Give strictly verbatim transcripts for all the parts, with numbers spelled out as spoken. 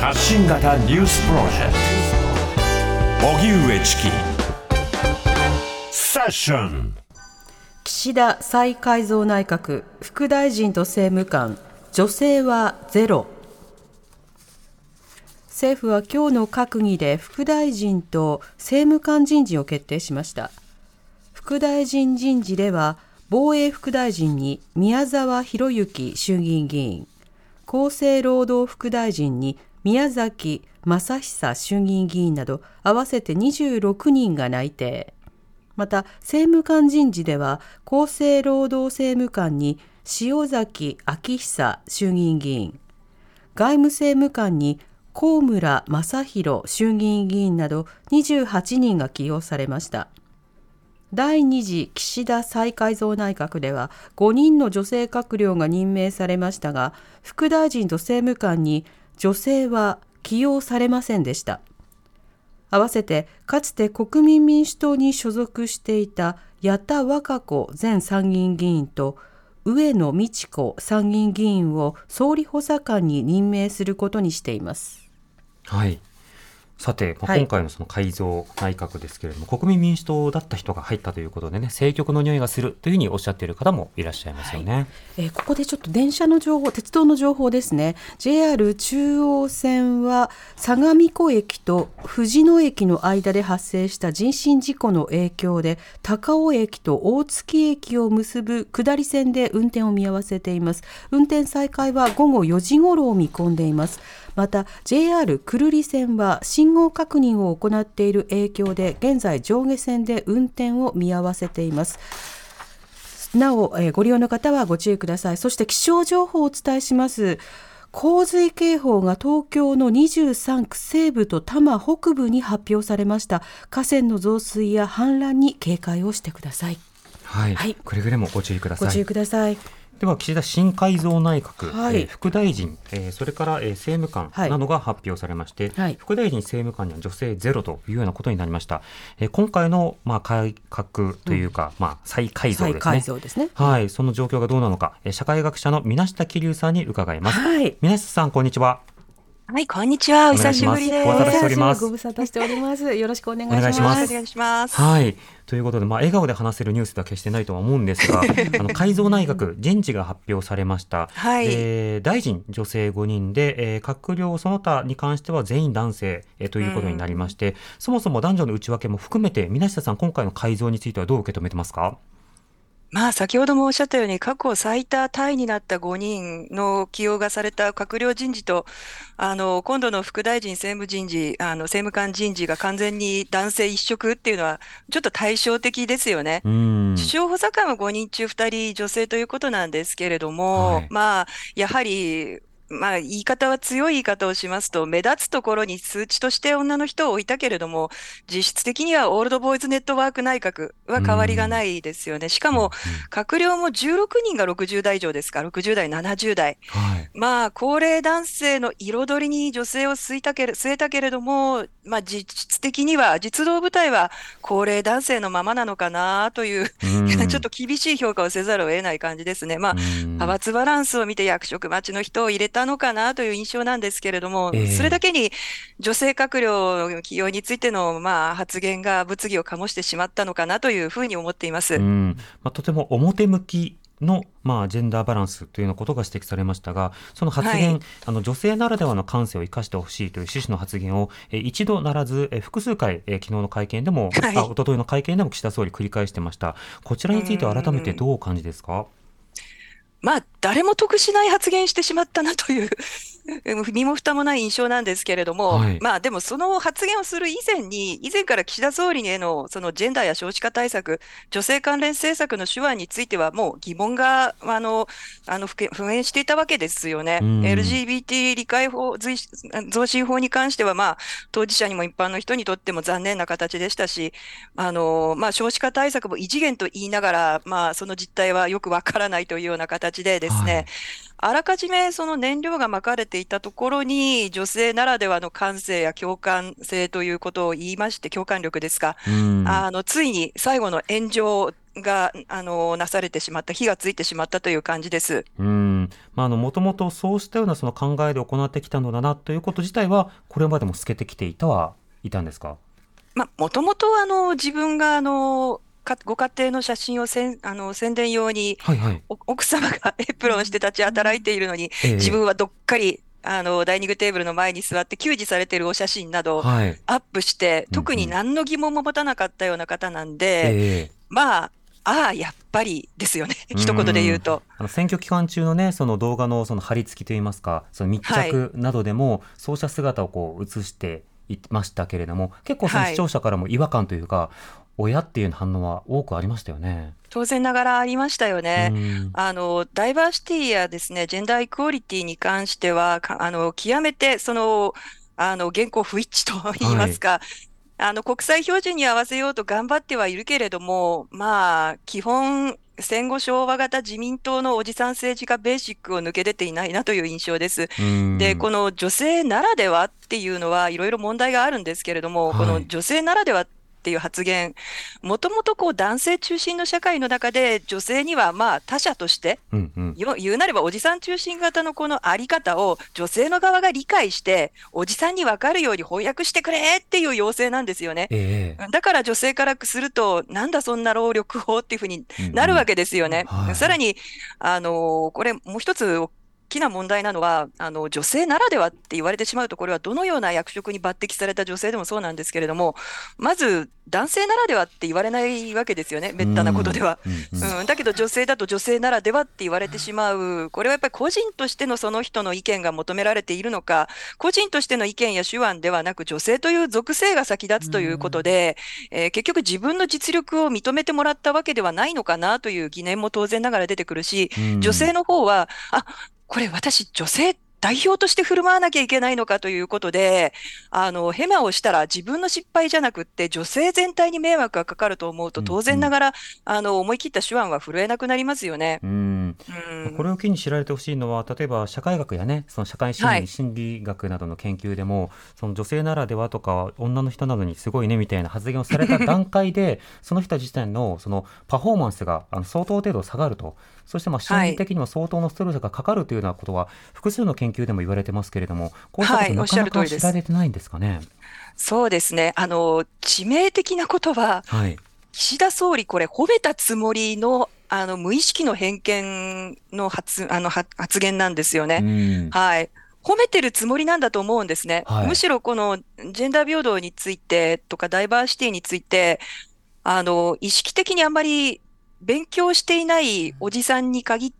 発信型ニュースプロジェクト荻上チキセッション。 岸田再改造内閣、副大臣と政務官、女性はゼロ。政府は今日の閣議で副大臣と政務官人事を決定しました。副大臣人事では、防衛副大臣に宮沢博之衆議院議員、厚生労働副大臣に宮崎正久衆議院議員など合わせてにじゅうろくにんが内定。また政務官人事では厚生労働政務官に塩崎彰久衆議院議員、外務政務官に高村正弘衆議院議員などにじゅうはちにんが起用されました。第二次岸田再改造内閣ではごにんの女性閣僚が任命されましたが、副大臣と政務官に女性は起用されませんでした。合わせてかつて国民民主党に所属していた矢田稚子前参議院議員と上野美智子参議院議員を総理補佐官に任命することにしています。 はい。さて、まあ、今回のその改造内閣ですけれども、はい、国民民主党だった人が入ったということでね、政局の匂いがするというふうにおっしゃっている方もいらっしゃいますよね。はい、 えー、ここでちょっと電車の情報、鉄道の情報ですね。 ジェイアール 中央線は相模湖駅と藤野駅の間で発生した人身事故の影響で高尾駅と大月駅を結ぶ下り線で運転を見合わせています。運転再開はごごよじ頃を見込んでいます。また ジェイアール 久留里線は信号確認を行っている影響で現在上下線で運転を見合わせています。なお、えー、ご利用の方はご注意ください。そして気象情報をお伝えします。洪水警報が東京のにじゅうさんく西部と多摩北部に発表されました。河川の増水や氾濫に警戒をしてください。 はい、はい、くれぐれもご注意ください。 ご注意ください。 では岸田新改造内閣、 はい、 えー、副大臣、えー、それから、えー、政務官などが発表されまして、はい、副大臣政務官には女性ゼロというようなことになりました。えー、今回の、まあ、改革というか、うん、まあ、再改造ですね。 再改造ですね。 はい、その状況がどうなのか、えー、社会学者の水下桐生さんに伺います。 はい、 水下さん、こんにちは。 はい、こんにちは。お久しぶりです。 ご無沙汰しております。 ご無沙汰しております。よろしくお願いします。 お願いします。お願いします。 はい。ということで、まあ、笑顔で話せるニュースでは決してないとは思うんですが、あの改造内閣人事が発表されました。はい。で、大臣女性ごにんで、えー、閣僚その他に関しては全員男性、えー、ということになりまして、うん、そもそも男女の内訳も含めて、水下さん、今回の改造についてはどう受け止めてますか？ まあ、先ほどもおっしゃったように、過去最多タイになったごにんの起用がされた閣僚人事と、あの、今度の副大臣政務人事、あの、政務官人事が完全に男性一色っていうのは、ちょっと対照的ですよね。首相補佐官はごにん中ふたり女性ということなんですけれども、はい、まあ、やはり、まあ、言い方は強い言い方をしますと、目立つところに数値として女の人を置いたけれども、実質的にはオールドボーイズネットワーク内閣は変わりがないですよね。しかも、閣僚もじゅうろくにんがろくじゅう代以上ですか、ろくじゅう代、ななじゅう代。はい、まあ、高齢男性の彩りに女性を据えたけれ、据えたけれども、まあ、実質的には、実動部隊は高齢男性のままなのかなという、ちょっと厳しい評価をせざるを得ない感じですね。まあ、派閥バランスを見て役職待ちの人を入れたのかなという印象なんですけれども、えー、それだけに女性閣僚の起用についての、まあ、発言が物議を醸してしまったのかなというふうに思っています。 うん、まあ、とても表向きの、まあ、ジェンダーバランスというようなことが指摘されましたが、その発言、はい、あの女性ならではの感性を生かしてほしいという趣旨の発言をえ一度ならずえ複数回え昨日の会見でも、はい、あ一昨日の会見でも岸田総理繰り返してました。こちらについては改めてどうお感じですか？ まあ、誰も得しない発言してしまったなという身も蓋もない印象なんですけれども、はい、まあでもその発言をする以前に、以前から岸田総理へのそのジェンダーや少子化対策、女性関連政策の手腕についてはもう疑問が、あの、あの、復縁していたわけですよね。エルジービーティー 理解法、増進法に関しては、まあ、当事者にも一般の人にとっても残念な形でしたし、あの、まあ、少子化対策も異次元と言いながら、まあ、その実態はよくわからないというような形でですね、はい、 あらかじめその燃料がまかれていたところに、女性ならではの感性や共感性ということを言いまして、共感力ですか。 うん。 あの、ついに最後の炎上が、あの、なされてしまった、火がついてしまったという感じです。 うん。まあ、あの、もともとそうしたようなその考えで行ってきたのだなということ自体は、これまでも透けてきていたはいたんですか？ まあ、もともとあの、自分があの、かご家庭の写真をせん、あの、宣伝用に、 はいはい。 お奥様がエプロンして立ち働いているのに、 ええ。 自分はどっかり、あの、ダイニングテーブルの前に座って給仕されているお写真などをはい。 アップして、特にうんうん。 何の疑問も持たなかったような方なんえで、 え。 まあ、ああ、やっぱりですよね。 う一言で言うん。 と。 あの選挙期間中のね、その動画のその貼り付きといいますか、その密はい。 着などでも、そうした姿をこう映していましたけれども、結構その視はい。 聴者からも違和感というか、親っていう反応は多くありましたよね。 当然ながらありましたようね。 ん。 あの、ダイバーシティやですね、ジェンダーイクオリティに関しては、かあの、極めて、その、あの、現行不一致と言いはい。 ますか、あの、国際標準に合わせようと頑張ってはいるけれども、まあ、基本、戦後昭和型自民党のおじさん政治家ベーシックを抜け出ていないなという印象です。 うで、 ん。 この女性ならではっていうのはいろいろ問題があるんですけれども、こはい。 の女性ならではっていう発言、もともとこう男性中心の社会の中で女性にはまあ他者としてうんうん。 よ言うなればおじさん中心型のこのあり方を女性の側が理解して、おじさんに分かるように翻訳してくれっていう要請なんですよね。 ええ。 だから女性からすると、なんだそんな労力法っていうふうにうんうん。 なるわけですよね。 はい。 さらに、あの、これもう一つ大きな問題なのは、あの、女性ならではって言われてしまうと、これはどのような役職に抜擢された女性でもそうなんですけれども、まず男性ならではって言われないわけですよね。 うめったなことでん。 は。 うんうん。 うん、だけど女性だと女性ならではって言われてしまう。これはやっぱり個人としてのその人の意見が求められているのか、個人としての意見や手腕ではなく女性という属性が先立つということで、えー結局自分の実力を認めてもらったわけではないのかなという疑念も当然ながら出てくるし、 うん。 女性の方は、あ、これ私女性代表として振る舞わなきゃいけないのかということで、あの、ヘマをしたら自分の失敗じゃなくって女性全体に迷惑がかかると思うと当うんうん。 然ながら、あの、思い切った手腕は振るえなくなりますよね。 うん。 うまこれん。 を機に知られてほしいのは、例えば社会学やね、その社会心理、 はい。 心理学などの研究でも、その女性ならではとか、女の人などにすごいねみたいな発言をされた段階で、その人自体のそのパフォーマンスがあの相当程度下がると、そしてまあ心はい。 理的にも相当のストレスがかかるというようなことは、複数の研究でも言われてますけれども、こうしたこはい。おっしゃとなかなか知らる通りです。 れてないんですかね。 そうですね。あの、致命的なことは、 はい。 岸田総理、これ、褒めたつもりの、あの、無意識の偏見の発、あの、は発言なんですようね。 ん。 はい。褒めてるつもりなんだと思うんですね。 はい。 むしろこのジェンダー平等についてとかダイバーシティについて、あの、意識的にあんまり勉強していないおじさんに限って、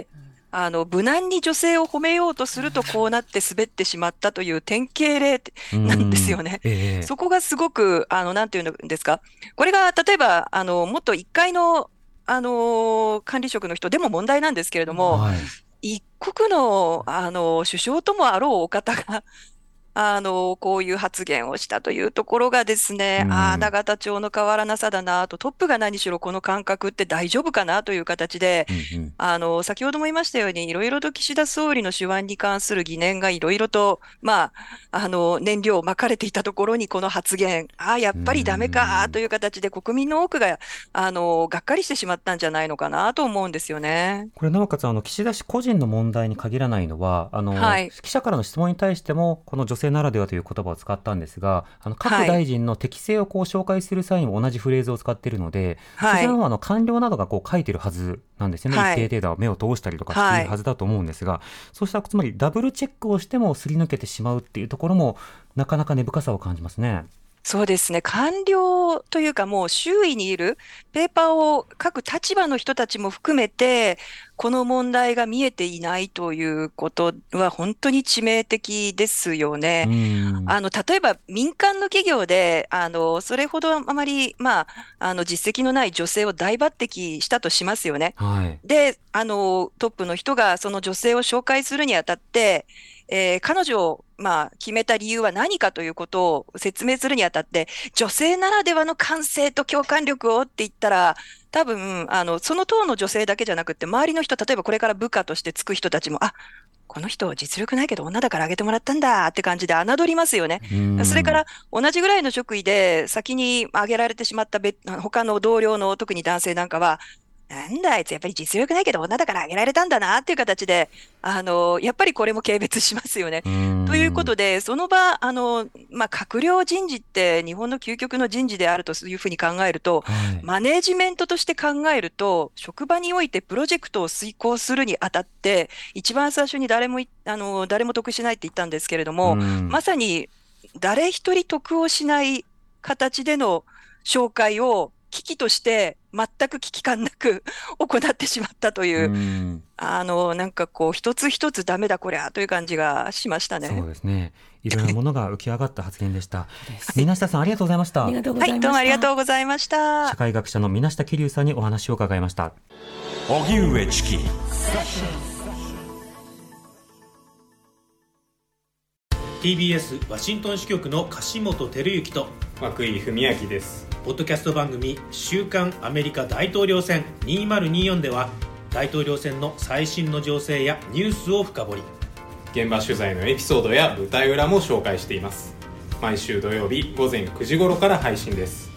あの、無難に女性を褒めようとするとこうなって滑ってしまったという典型例うなんですん。 よね。 ええ。 そこがすごく、あの、なんていうんですか。これが、例えば、あの、もっと一階の、あの、管理職の人でも問題なんですけれども、 はい。 一国の、あの、首相ともあろうお方が、あの、こういう発言をしたというところがですうね、ああ、 ん。 永田町の変わらなさだなと、トップが何しろこの感覚って大丈夫かなという形で、 うんうん。 あの、先ほども言いましたように、いろいろと岸田総理の手腕に関する疑念がいろいろと、まあ、あの、燃料をまかれていたところにこの発言、ああ、やっうぱりダメかとん。 いう形で国民の多くが、あの、がっかりしてしまったんじゃないのかなと思うんですよね。 これなおかつあの岸田氏個人の問題に限らないのはあのはい。 記者からの質問に対してもこの女性ならではという言葉を使ったんですがあの各はい。 大臣の適性をこう紹介する際にも同じフレーズを使っているのでそはい。 ちらの方はあの官僚などがこう書いてるはずなんですよね一はい。 定程度は目を通したりとかしていはい。 るはずだと思うんですがそうしたつまりダブルチェックをしてもすり抜けてしまうっていうところもなかなか根深さを感じますね。 そうですね。官僚というかもう周囲にいるペーパーを書く立場の人たちも含めて、この問題が見えていないということは本当に致命的ですようーね。 ん。 あの、例えば民間の企業で、あの、それほどあまり、まあ、あの、実績のない女性を大抜擢したとしますよね。 はい。 で、あの、トップの人がその女性を紹介するにあたって、えー彼女を、まあ、決めた理由は何かということを説明するにあたって、女性ならではの感性と共感力をって言ったら、 多分あのその党の女性だけじゃなくて、周りの人、例えばこれから部下としてつく人たちも、あ、この人実力ないけど女だからあげてもらったんだって感じで侮りますよね。それから同じぐらいの職位で先にあげられてしまった別他の同僚の特に男性なんかは、なんだあいつやっぱり実力ないけど女だからあげられたんだなっていう形で、あのやっぱりこれも軽蔑しますよね。ということで、その場あの、まあ、閣僚人事って日本の究極の人事であるというふうに考えると、はい、マネージメントとして考えると、職場においてプロジェクトを遂行するにあたって一番最初に誰もあの誰も得しないって言ったんですけれども、まさに誰一人得をしない形での紹介を危機として全く危機感なく行ってしまったという、うあのなんかこう一つ一つダメだこりゃという感じがしましたね。 そうですね。いろんなものが浮き上がった発言でした。水下さん、ありがとうございました。 ありがとうございました。 はい、どうもありがとうございました。 社会学者の水下桐生さんにお話を伺いました。 荻上チキ。 ティービーエス ワシントン支局の樫本照之と涌井文明です。 ポッドキャスト番組週刊アメリカ大統領選にせんにじゅうよんでは大統領選の最新の情勢やニュースを深掘り、 現場取材のエピソードや舞台裏も紹介しています。毎週土曜日午前くじ頃から配信です。